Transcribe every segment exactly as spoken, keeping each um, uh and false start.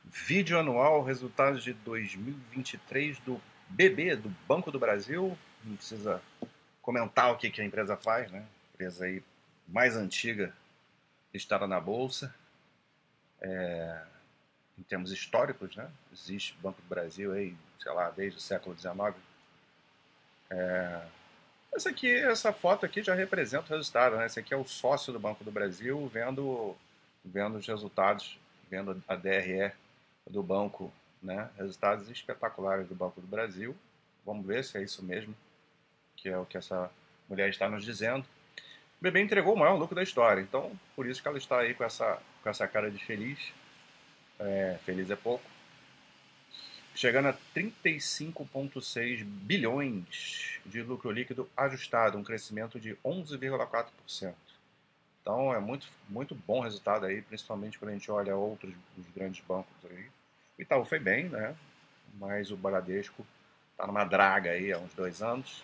Vídeo anual, resultados de dois mil e vinte e três do B B, do Banco do Brasil. Não precisa comentar o que, que a empresa faz, né? Empresa aí mais antiga listada na Bolsa. É, em termos históricos, né? Existe Banco do Brasil aí, sei lá, desde o século dezenove. É, essa aqui, essa foto aqui já representa o resultado, né? Esse aqui é o sócio do Banco do Brasil vendo, vendo os resultados, vendo a D R E do banco, né? Resultados espetaculares do Banco do Brasil. Vamos ver se é isso mesmo, que é o que essa mulher está nos dizendo. O bebê entregou o maior lucro da história, então por isso que ela está aí com essa, com essa cara de feliz. É, feliz é pouco. Chegando a trinta e cinco vírgula seis bilhões de lucro líquido ajustado, um crescimento de onze vírgula quatro por cento. Então é muito, muito bom resultado aí, principalmente quando a gente olha outros os grandes bancos aí. O Itaú foi bem, né? Mas o Bradesco está numa draga aí há uns dois anos.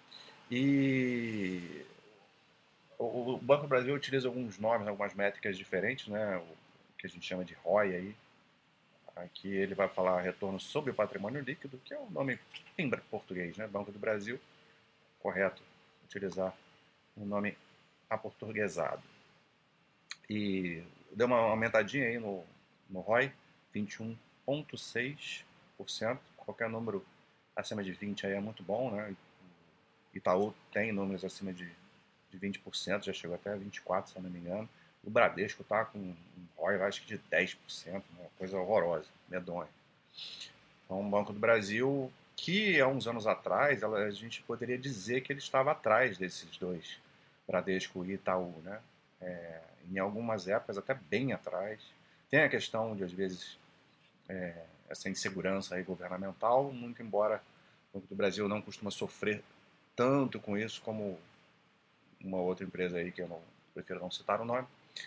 E o Banco do Brasil utiliza alguns nomes, algumas métricas diferentes, né? O que a gente chama de R O I aí. Aqui ele vai falar retorno sobre o patrimônio líquido, que é o nome em português, né? Banco do Brasil, correto utilizar um nome aportuguesado. E deu uma aumentadinha aí no, no R O I, vinte e um vírgula seis por cento. Qualquer número acima de vinte aí é muito bom, né? Itaú tem números acima de, de vinte por cento, já chegou até vinte e quatro por cento, se eu não me engano. O Bradesco está com um R O I, acho que de dez por cento, uma coisa horrorosa, medonha. Então, o Banco do Brasil, que há uns anos atrás, ela, a gente poderia dizer que ele estava atrás desses dois, Bradesco e Itaú, né? É, em algumas épocas, até bem atrás. Tem a questão de, às vezes, é, essa insegurança aí governamental, muito embora o Banco do Brasil não costuma sofrer tanto com isso como uma outra empresa aí que eu não prefiro não citar o nome,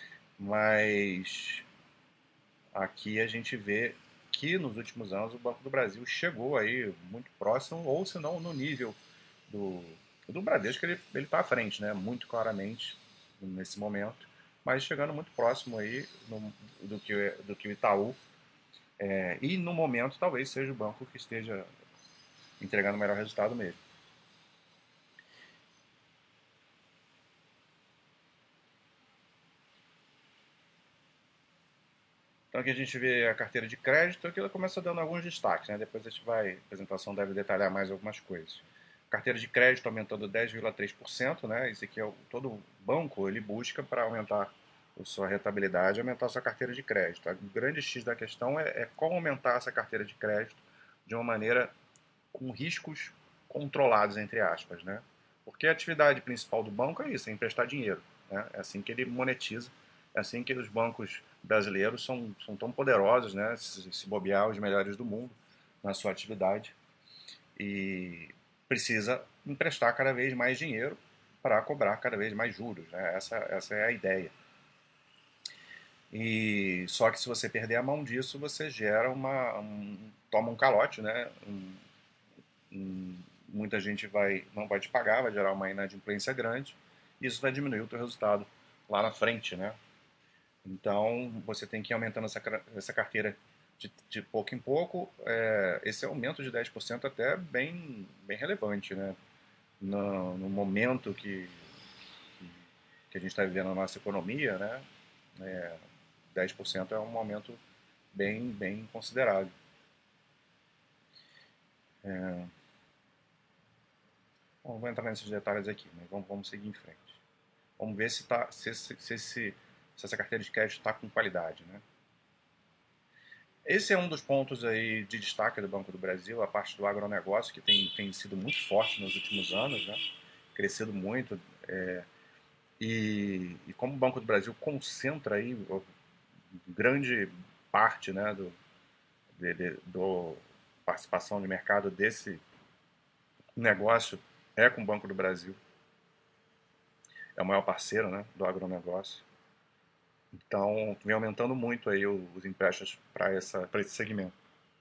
mas aqui a gente vê que nos últimos anos o Banco do Brasil chegou aí muito próximo, ou se não no nível do, do Bradesco, ele está à frente, né? Muito claramente nesse momento, mas chegando muito próximo aí no, do, que, do que o Itaú, é, e no momento talvez seja o banco que esteja entregando o melhor resultado mesmo. Então aqui a gente vê a carteira de crédito, aqui ela começa dando alguns destaques, né? Depois a gente vai, a apresentação deve detalhar mais algumas coisas. Carteira de crédito aumentando dez vírgula três por cento, né? Isso aqui é o, todo banco ele busca para aumentar a sua rentabilidade, aumentar a sua carteira de crédito. O grande X da questão é, é como aumentar essa carteira de crédito de uma maneira com riscos controlados, entre aspas, né? Porque a atividade principal do banco é isso, é emprestar dinheiro, né? É assim que ele monetiza, é assim que os bancos brasileiros são, são tão poderosos, né? Se, se bobear os melhores do mundo na sua atividade, e precisa emprestar cada vez mais dinheiro para cobrar cada vez mais juros, né? Essa, essa é a ideia. E só que se você perder a mão disso, você gera uma um, toma um calote, né? Um, um, muita gente vai não vai te pagar, vai gerar uma inadimplência grande, e isso vai diminuir o teu resultado lá na frente, né? Então você tem que ir aumentando essa, essa carteira de, de pouco em pouco. É, esse aumento de dez por cento até é bem, bem relevante, né? No, no momento que, que, que a gente está vivendo na nossa economia, né? É, dez por cento é um aumento bem, bem considerável. É, bom, não vou entrar nesses detalhes aqui, mas vamos, vamos seguir em frente. Vamos ver se, tá, se, se, se, se essa carteira de crédito está com qualidade, né? Esse é um dos pontos aí de destaque do Banco do Brasil, a parte do agronegócio, que tem, tem sido muito forte nos últimos anos, né? Crescido muito. É, e, e como o Banco do Brasil concentra aí grande parte, né, do, de, de, do participação de mercado desse negócio é com o Banco do Brasil, é o maior parceiro, né, do agronegócio. Então, vem aumentando muito aí os empréstimos para esse segmento.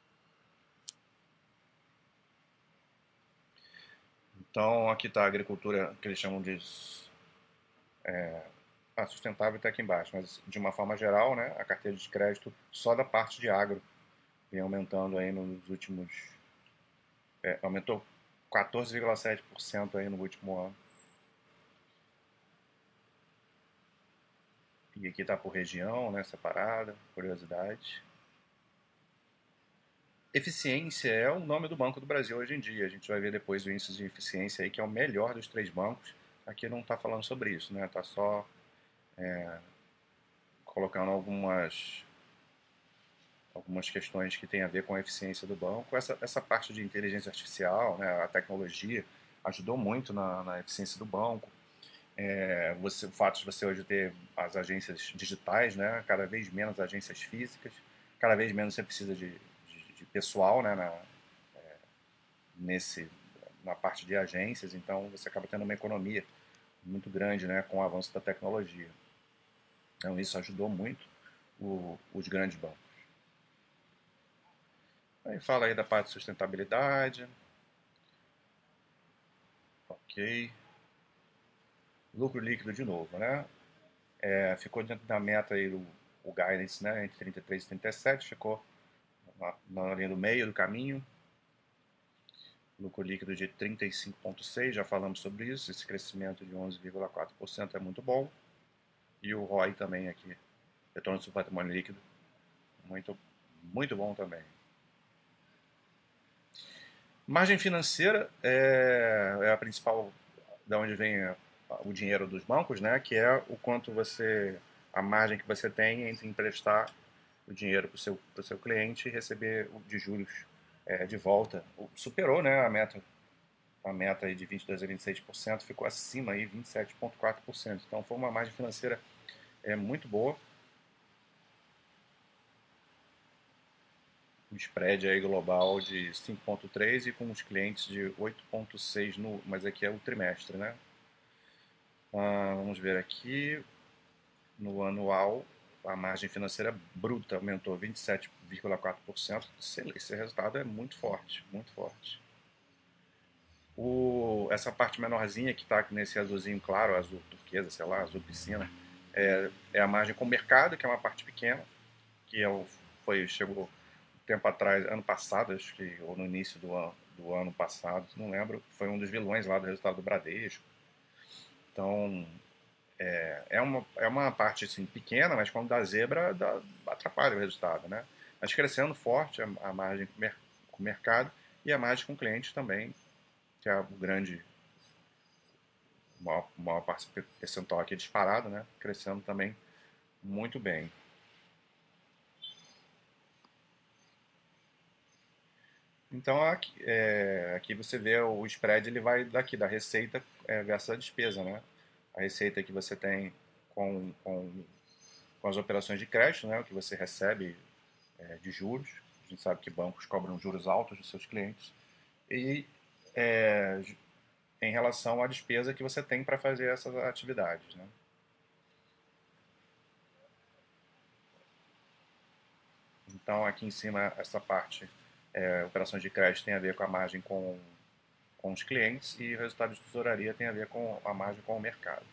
Então, aqui está a agricultura que eles chamam de é, sustentável, até aqui embaixo, mas de uma forma geral, né, a carteira de crédito só da parte de agro vem aumentando aí nos últimos... É, aumentou quatorze vírgula sete por cento aí no último ano. E aqui está por região, né, separada, curiosidade. Eficiência é o nome do Banco do Brasil hoje em dia. A gente vai ver depois o índice de eficiência aí, que é o melhor dos três bancos. Aqui não está falando sobre isso, né? Está só é, colocando algumas, algumas questões que têm a ver com a eficiência do banco. Essa, essa parte de inteligência artificial, né, a tecnologia, ajudou muito na, na eficiência do banco. É, você, o fato de você hoje ter as agências digitais, né, cada vez menos agências físicas, cada vez menos você precisa de, de, de pessoal, né, na, nesse, na parte de agências, então você acaba tendo uma economia muito grande, né, com o avanço da tecnologia. Então isso ajudou muito o, os grandes bancos. Aí fala aí da parte de sustentabilidade. Ok. Lucro líquido de novo, né? É, ficou dentro da meta aí o, o guidance, né, entre trinta e três e trinta e sete, ficou na, na linha do meio do caminho. Lucro líquido de trinta e cinco vírgula seis, já falamos sobre isso. Esse crescimento de onze vírgula quatro por cento é muito bom. E o R O I também aqui, retorno sobre patrimônio líquido, muito, muito bom também. Margem financeira é, é a principal, da onde vem a, o dinheiro dos bancos, né? Que é o quanto você, a margem que você tem entre emprestar o dinheiro para o seu, pro seu cliente e receber de juros é, de volta. Superou, né, a meta, a meta aí de vinte e dois a vinte e seis por cento, ficou acima aí vinte e sete vírgula quatro por cento. Então foi uma margem financeira é, muito boa. Um spread aí global de cinco vírgula três e com os clientes de oito vírgula seis, no, mas aqui é o trimestre, né? Ah, vamos ver aqui, no anual, a margem financeira bruta aumentou vinte e sete vírgula quatro por cento. Esse resultado é muito forte, muito forte. O, essa parte menorzinha que está nesse azulzinho claro, azul turquesa, sei lá, azul piscina, é, é a margem com o mercado, que é uma parte pequena, que é o, foi, chegou tempo atrás, ano passado, acho que, ou no início do ano, do ano passado, não lembro, foi um dos vilões lá do resultado do Bradesco. Então, é, é, uma, é uma parte assim, pequena, mas quando dá zebra, dá, atrapalha o resultado, né? Mas crescendo forte a, a margem com o mercado e a margem com o cliente também, que é o grande, o maior, o maior percentual aqui disparado, né? Crescendo também muito bem. Então aqui, é, aqui você vê o spread, ele vai daqui, da receita é, versus a despesa, né? A receita que você tem com, com, com as operações de crédito, né? O que você recebe é, de juros. A gente sabe que bancos cobram juros altos dos seus clientes. E é, em relação à despesa que você tem para fazer essas atividades, né? Então aqui em cima, essa parte, é, operações de crédito tem a ver com a margem com com os clientes e o resultado de tesouraria tem a ver com a margem com o mercado.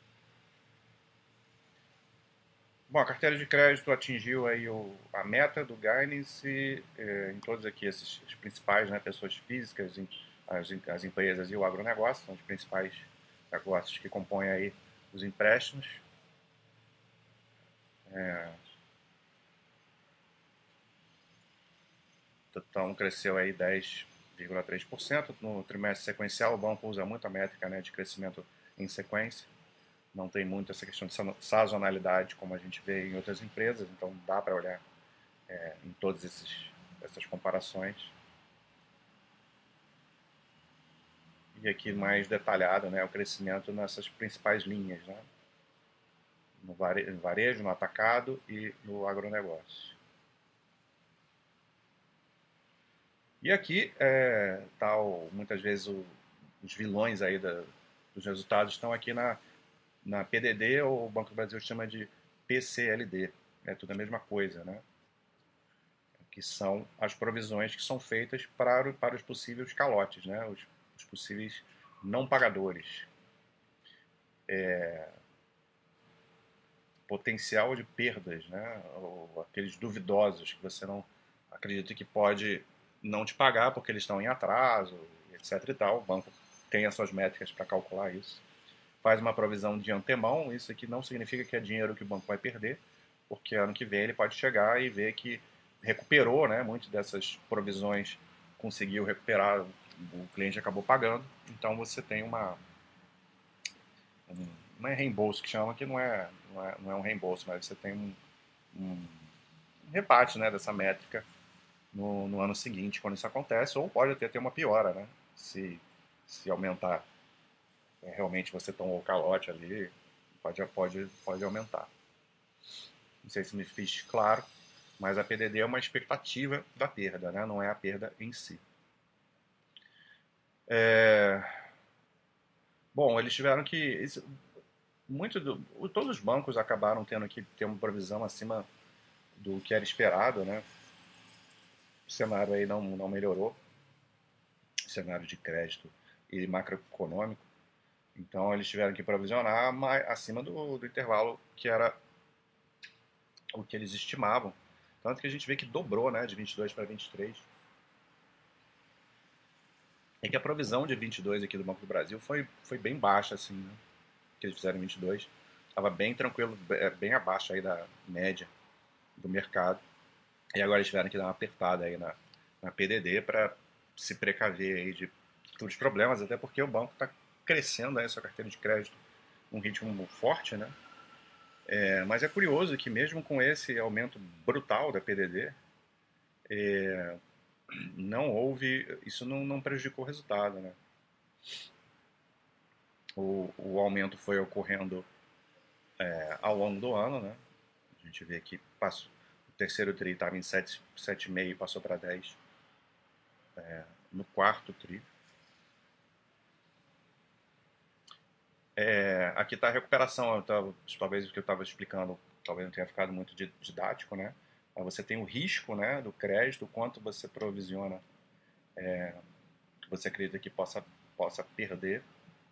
Bom, a carteira de crédito atingiu aí o, a meta do guidance eh, em todos aqui esses os principais, né, pessoas físicas, as, as empresas e o agronegócio, são os principais negócios que compõem aí os empréstimos. É, então cresceu aí dez vírgula três por cento no trimestre sequencial. O banco usa muito a métrica, né, de crescimento em sequência. Não tem muito essa questão de sazonalidade como a gente vê em outras empresas, então dá para olhar é, em todas esses, essas comparações. E aqui mais detalhado, né, o crescimento nessas principais linhas, né, no varejo, no atacado e no agronegócio. E aqui, é, tal, muitas vezes o, os vilões aí da, dos resultados estão aqui na, na P D D, ou o Banco do Brasil chama de P C L D, é tudo a mesma coisa, né? Que são as provisões que são feitas para, para os possíveis calotes, né? os, os possíveis não pagadores. É, potencial de perdas, né? Ou aqueles duvidosos que você não, acredita que pode não te pagar porque eles estão em atraso, etc e tal. O banco tem as suas métricas para calcular isso. Faz uma provisão de antemão, isso aqui não significa que é dinheiro que o banco vai perder, porque ano que vem ele pode chegar e ver que recuperou, né, muitas dessas provisões, conseguiu recuperar, o cliente acabou pagando, então você tem uma, um, não é reembolso que chama, que não é, não é, não é um reembolso, mas você tem um, um, um rebate, né, dessa métrica no, no ano seguinte, quando isso acontece, ou pode até ter uma piora, né, se, se aumentar, é, realmente você tomou o calote ali, pode, pode, pode aumentar. Não sei se me fiz claro, mas a P D D é uma expectativa da perda, né? Não é a perda em si. É... Bom, eles tiveram que... Muito do... Todos os bancos acabaram tendo que ter uma provisão acima do que era esperado, né? O cenário aí não, não melhorou, o cenário de crédito e macroeconômico. Então eles tiveram que provisionar mais, acima do, do intervalo que era o que eles estimavam. Tanto que a gente vê que dobrou, né, de vinte e dois para vinte e três. É que a provisão de vinte e dois aqui do Banco do Brasil foi, foi bem baixa, assim, né? Que eles fizeram em vinte e dois. Estava bem tranquilo, bem abaixo aí da média do mercado. E agora eles tiveram que dar uma apertada aí na, na P D D para se precaver aí de todos os problemas, até porque o banco está crescendo aí a sua carteira de crédito num ritmo forte, né? É, mas é curioso que mesmo com esse aumento brutal da P D D, é, não houve, isso não, não prejudicou o resultado, né? O, o aumento foi ocorrendo é, ao longo do ano, né? A gente vê que passou, o terceiro tri estava em sete vírgula cinco e passou para dez é, no quarto tri. É, aqui está a recuperação, eu tava, talvez o que eu estava explicando, talvez não tenha ficado muito didático, né? Aí você tem o risco, né, do crédito, quanto você provisiona, é, que você acredita que possa, possa perder.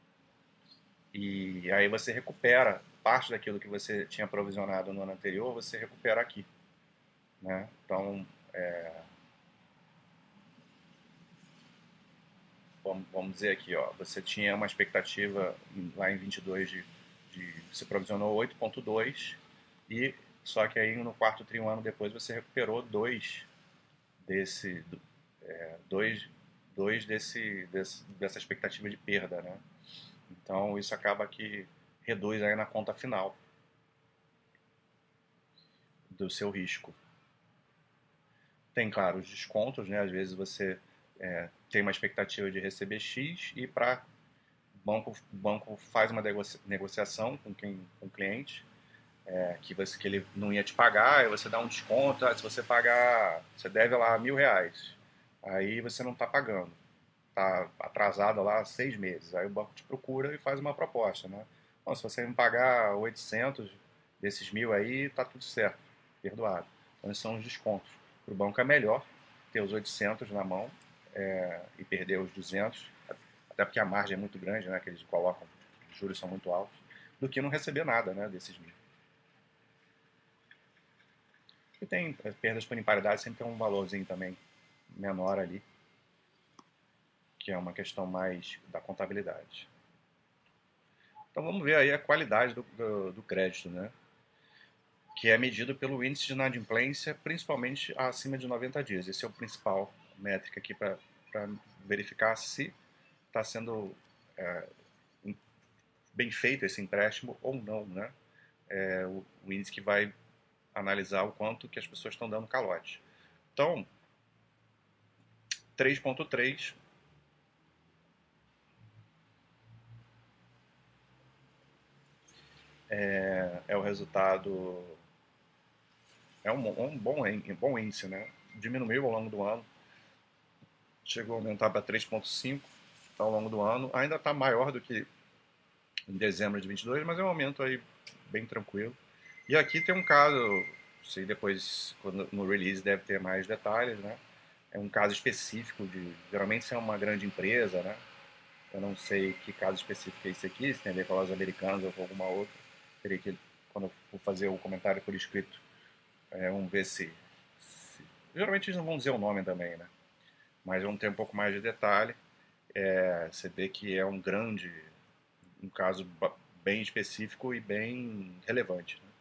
E aí você recupera parte daquilo que você tinha provisionado no ano anterior, você recupera aqui, né? Então, é, vamos, vamos dizer aqui, ó, você tinha uma expectativa lá em vinte e dois de, de você provisionou oito vírgula dois e só que aí no quarto tri, um ano depois, você recuperou dois desse é, dois, dois desse, desse dessa expectativa de perda, né? Então isso acaba que reduz aí na conta final do seu risco. Tem, claro, os descontos, né? Às vezes você é, tem uma expectativa de receber X e para o banco, banco faz uma negociação com, quem, com o cliente é, que, você, que ele não ia te pagar, aí você dá um desconto, ah, se você pagar, você deve lá mil reais, aí você não está pagando, está atrasado lá seis meses, aí o banco te procura e faz uma proposta, né? Bom, se você me pagar oitocentos desses mil aí, tá tudo certo, perdoado. Então esses são os descontos. Para o banco é melhor ter os oitocentos na mão é, e perder os duzentos, até porque a margem é muito grande, né, que eles colocam, os juros são muito altos, do que não receber nada, né, desses mil. E tem perdas por imparidade, sempre tem um valorzinho também menor ali, que é uma questão mais da contabilidade. Então vamos ver aí a qualidade do, do, do crédito, né? Que é medido pelo índice de inadimplência, principalmente acima de noventa dias. Esse é o principal métrica aqui para verificar se está sendo é, bem feito esse empréstimo ou não, né? É o, o índice que vai analisar o quanto que as pessoas estão dando calote. Então, três ponto três é, é o resultado, é um, um, bom, um bom índice, né? Diminuiu ao longo do ano, chegou a aumentar para três ponto cinco ao longo do ano, ainda está maior do que em dezembro de vinte e dois, mas é um aumento aí bem tranquilo. E aqui tem um caso, sei depois quando, no release deve ter mais detalhes, né? É um caso específico de, geralmente se é uma grande empresa, né? Eu não sei que caso específico é esse aqui, se tem a ver com as americanas ou com alguma outra. Teria que, quando eu for fazer o comentário por escrito, é, vamos ver se, se Geralmente eles não vão dizer o nome também, né? Mas vão ter um pouco mais de detalhe. É, você vê que é um grande, um caso bem específico e bem relevante, né?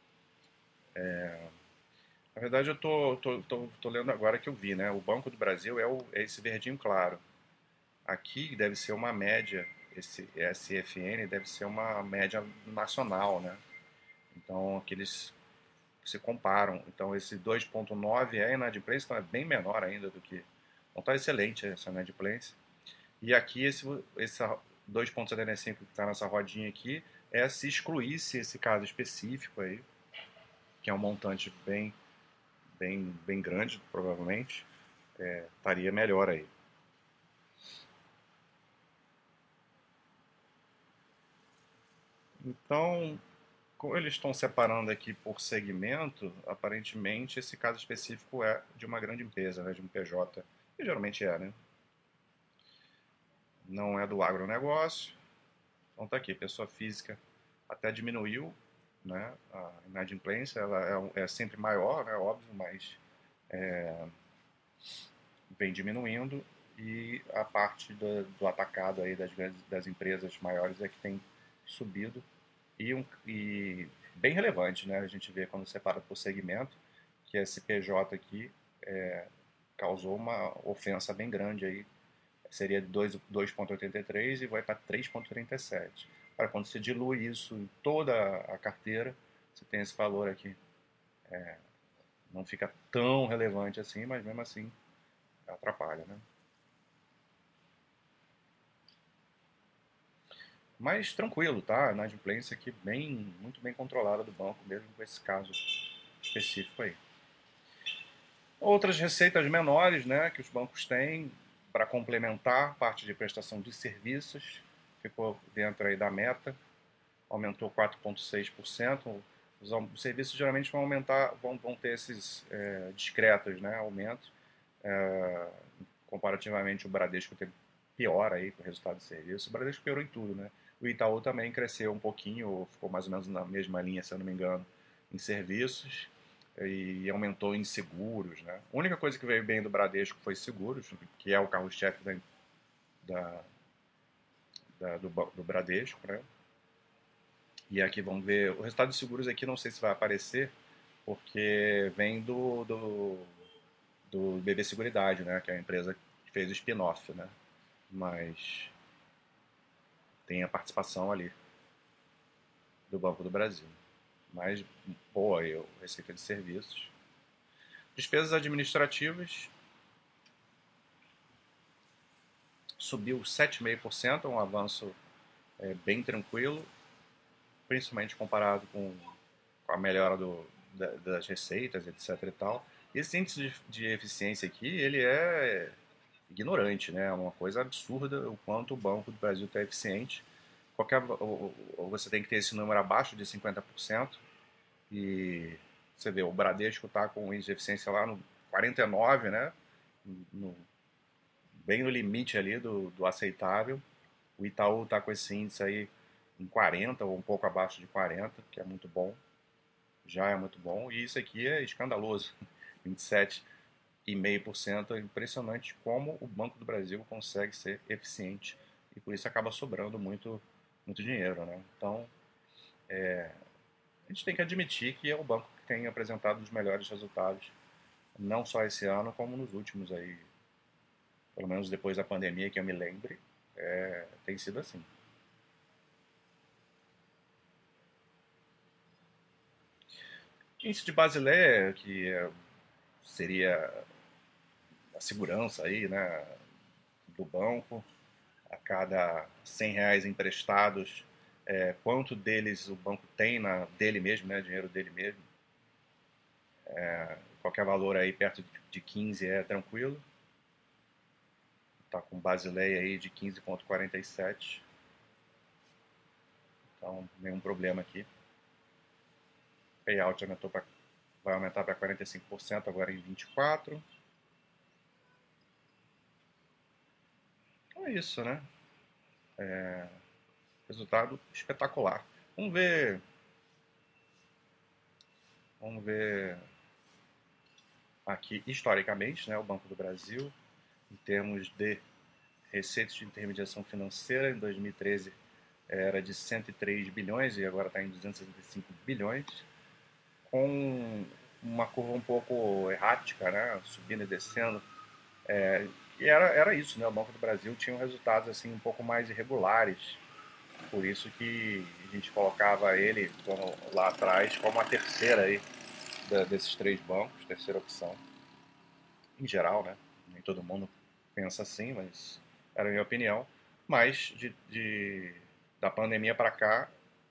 Na verdade, eu tô, tô, tô, tô lendo agora que eu vi, né? O Banco do Brasil é, o, é esse verdinho claro. Aqui deve ser uma média, esse S F N deve ser uma média nacional, né? Então, aqueles se comparam. Então, esse dois ponto nove é inadimplência, então é bem menor ainda do que... Então, tá excelente essa inadimplência. E aqui, esse, esse dois ponto setenta e cinco que está nessa rodinha aqui, é se excluísse esse caso específico aí, que é um montante bem, bem, bem grande, provavelmente, é, estaria melhor aí. Então, como eles estão separando aqui por segmento, aparentemente esse caso específico é de uma grande empresa, né, de um P J, que geralmente é, né? Não é do agronegócio. Então tá aqui, pessoa física até diminuiu, né? A inadimplência ela é, um- é sempre maior, né? Óbvio, mas vem diminuindo e a parte do, do atacado aí das, das empresas maiores é que tem subido e, um, e bem relevante, né? A gente vê quando separa por segmento que esse P J aqui é, causou uma ofensa bem grande aí. Seria de dois vírgula oitenta e três e vai para três vírgula trinta e sete. Para quando você dilui isso em toda a carteira, você tem esse valor aqui. Não fica tão relevante assim, mas mesmo assim atrapalha, né? Mas tranquilo, tá? A inadimplência aqui bem, muito bem controlada do banco, mesmo com esse caso específico aí. Outras receitas menores, né, que os bancos têm para complementar parte de prestação de serviços, ficou dentro aí da meta, aumentou quatro vírgula seis por cento. Os, os serviços geralmente vão aumentar, vão, vão ter esses é, discretos, né, aumentos. É, comparativamente o Bradesco teve pior aí com o resultado de serviço. O Bradesco piorou em tudo, né? O Itaú também cresceu um pouquinho, ficou mais ou menos na mesma linha, se eu não me engano, em serviços e aumentou em seguros, né? A única coisa que veio bem do Bradesco foi seguros, que é o carro-chefe da, da, da, do, do Bradesco, né? E aqui vamos ver, o resultado de seguros aqui não sei se vai aparecer, porque vem do, do, do B B Seguridade, né? Que é a empresa que fez o spin-off, né? Mas tem a participação ali do Banco do Brasil. Mas boa aí, receita de serviços. Despesas administrativas subiu sete vírgula cinco por cento, um avanço é, bem tranquilo, principalmente comparado com, com a melhora do, da, das receitas, etc e tal. E esse índice de, de eficiência aqui, ele é ignorante, né? É uma coisa absurda o quanto o Banco do Brasil está eficiente. Qualquer, ou, ou você tem que ter esse número abaixo de cinquenta por cento e você vê, o Bradesco está com o índice de eficiência lá no quarenta e nove, né? No, bem no limite ali do, do aceitável. O Itaú está com esse índice aí em quarenta ou um pouco abaixo de quarenta, que é muito bom, já é muito bom. E isso aqui é escandaloso, vinte e sete vírgula cinco por cento. É impressionante como o Banco do Brasil consegue ser eficiente e por isso acaba sobrando muito, muito dinheiro, né? Então, a gente tem que admitir que é o banco que tem apresentado os melhores resultados, não só esse ano, como nos últimos aí, pelo menos depois da pandemia, que eu me lembre, é, tem sido assim. Índice de Basileia, que é, seria a segurança aí, né, do banco, a cada cem reais emprestados, é, quanto deles o banco tem na, dele mesmo, né, dinheiro dele mesmo. Qualquer valor aí perto de quinze é tranquilo. Está com Basileia aí de quinze vírgula quarenta e sete. Então, nenhum problema aqui. Payout aumentou pra, vai aumentar para quarenta e cinco por cento agora em vinte e quatro por cento. Então é isso, né? Resultado espetacular. Vamos ver. Vamos ver aqui historicamente, né, o Banco do Brasil, em termos de receitas de intermediação financeira, em dois mil e treze era de cento e três bilhões e agora está em duzentos e sessenta e cinco bilhões, com uma curva um pouco errática, né, subindo e descendo. É, e era, era isso, né, o Banco do Brasil tinha resultados assim um pouco mais irregulares, por isso que a gente colocava ele como, lá atrás como a terceira aí da, desses três bancos, terceira opção, em geral, né? Nem todo mundo pensa assim, mas era a minha opinião. Mas de, de da pandemia para cá,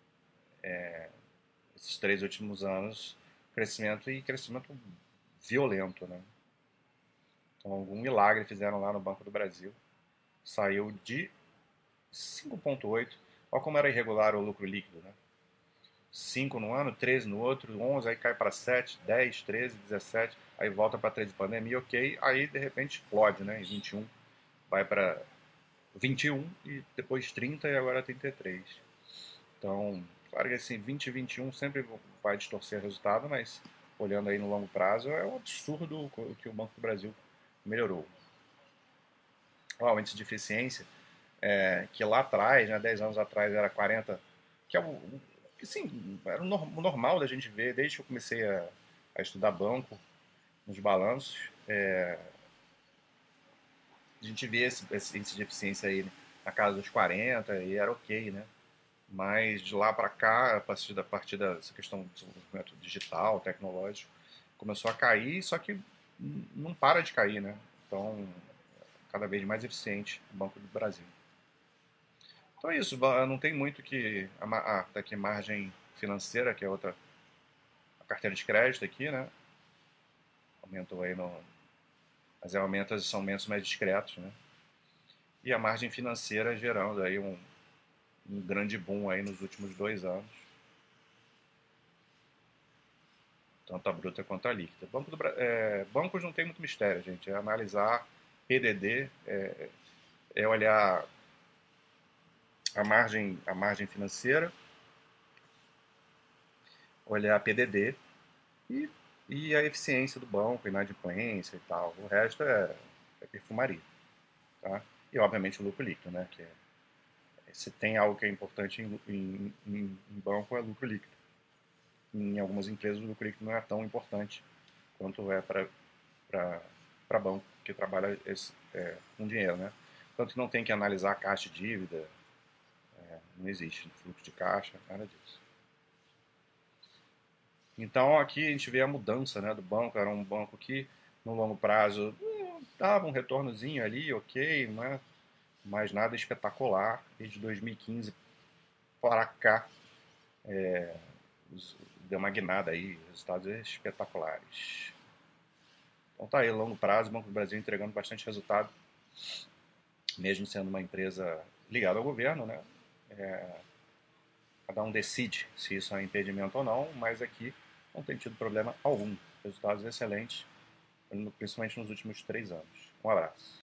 esses três últimos anos, crescimento e crescimento violento, né? Então, algum milagre fizeram lá no Banco do Brasil. Saiu de cinco vírgula oito. Olha como era irregular o lucro líquido, né? cinco no ano, treze no outro, onze, aí cai para sete, dez, treze, dezessete, aí volta para treze pandemia, ok, aí de repente explode, né? Em vinte e um vai para vinte e um e depois trinta e agora trinta e três. Então, claro que assim, vinte e vinte e um sempre vai distorcer o resultado, mas olhando aí no longo prazo, é um absurdo o que o Banco do Brasil melhorou. O índice de eficiência, é, que lá atrás, né, dez anos atrás era quarenta, que é o, que sim, era o normal da gente ver desde que eu comecei a, a estudar banco, nos balanços, é, a gente vê esse, esse índice de eficiência aí na casa dos quarenta e era ok, né? Mas de lá para cá, a partir da partir dessa questão do desenvolvimento digital, tecnológico, começou a cair, só que não para de cair, né? Então, cada vez mais eficiente o Banco do Brasil. Então é isso, não tem muito que. Ah, tá aqui margem financeira, que é outra. A carteira de crédito aqui, né? Aumentou aí no. Mas é aumentos, são aumentos mais discretos, né? E a margem financeira gerando aí um, um grande boom aí nos últimos dois anos. Tanto a bruta quanto a líquida. Banco do, é, bancos não tem muito mistério, gente. É analisar P D D, é, é olhar a margem, a margem financeira, olhar a P D D e, e a eficiência do banco, inadimplência e tal. O resto é, é perfumaria. Tá? E, obviamente, o lucro líquido, né? Que é, se tem algo que é importante em, em, em, em banco, é lucro líquido. Em algumas empresas, o lucro líquido não é tão importante quanto é para banco que trabalha esse, é, com dinheiro, né? Tanto que não tem que analisar caixa e dívida, é, não existe fluxo de caixa, nada disso. Então aqui a gente vê a mudança, né, do banco. Era um banco que no longo prazo hum, dava um retornozinho ali, ok, né, mas nada espetacular. Desde dois mil e quinze para cá é, deu uma guinada aí, resultados espetaculares. Então tá aí, longo prazo, o Banco do Brasil entregando bastante resultado, mesmo sendo uma empresa ligada ao governo, né? É, cada um decide se isso é um impedimento ou não, mas aqui não tem tido problema algum. Resultados excelentes, principalmente nos últimos três anos. Um abraço.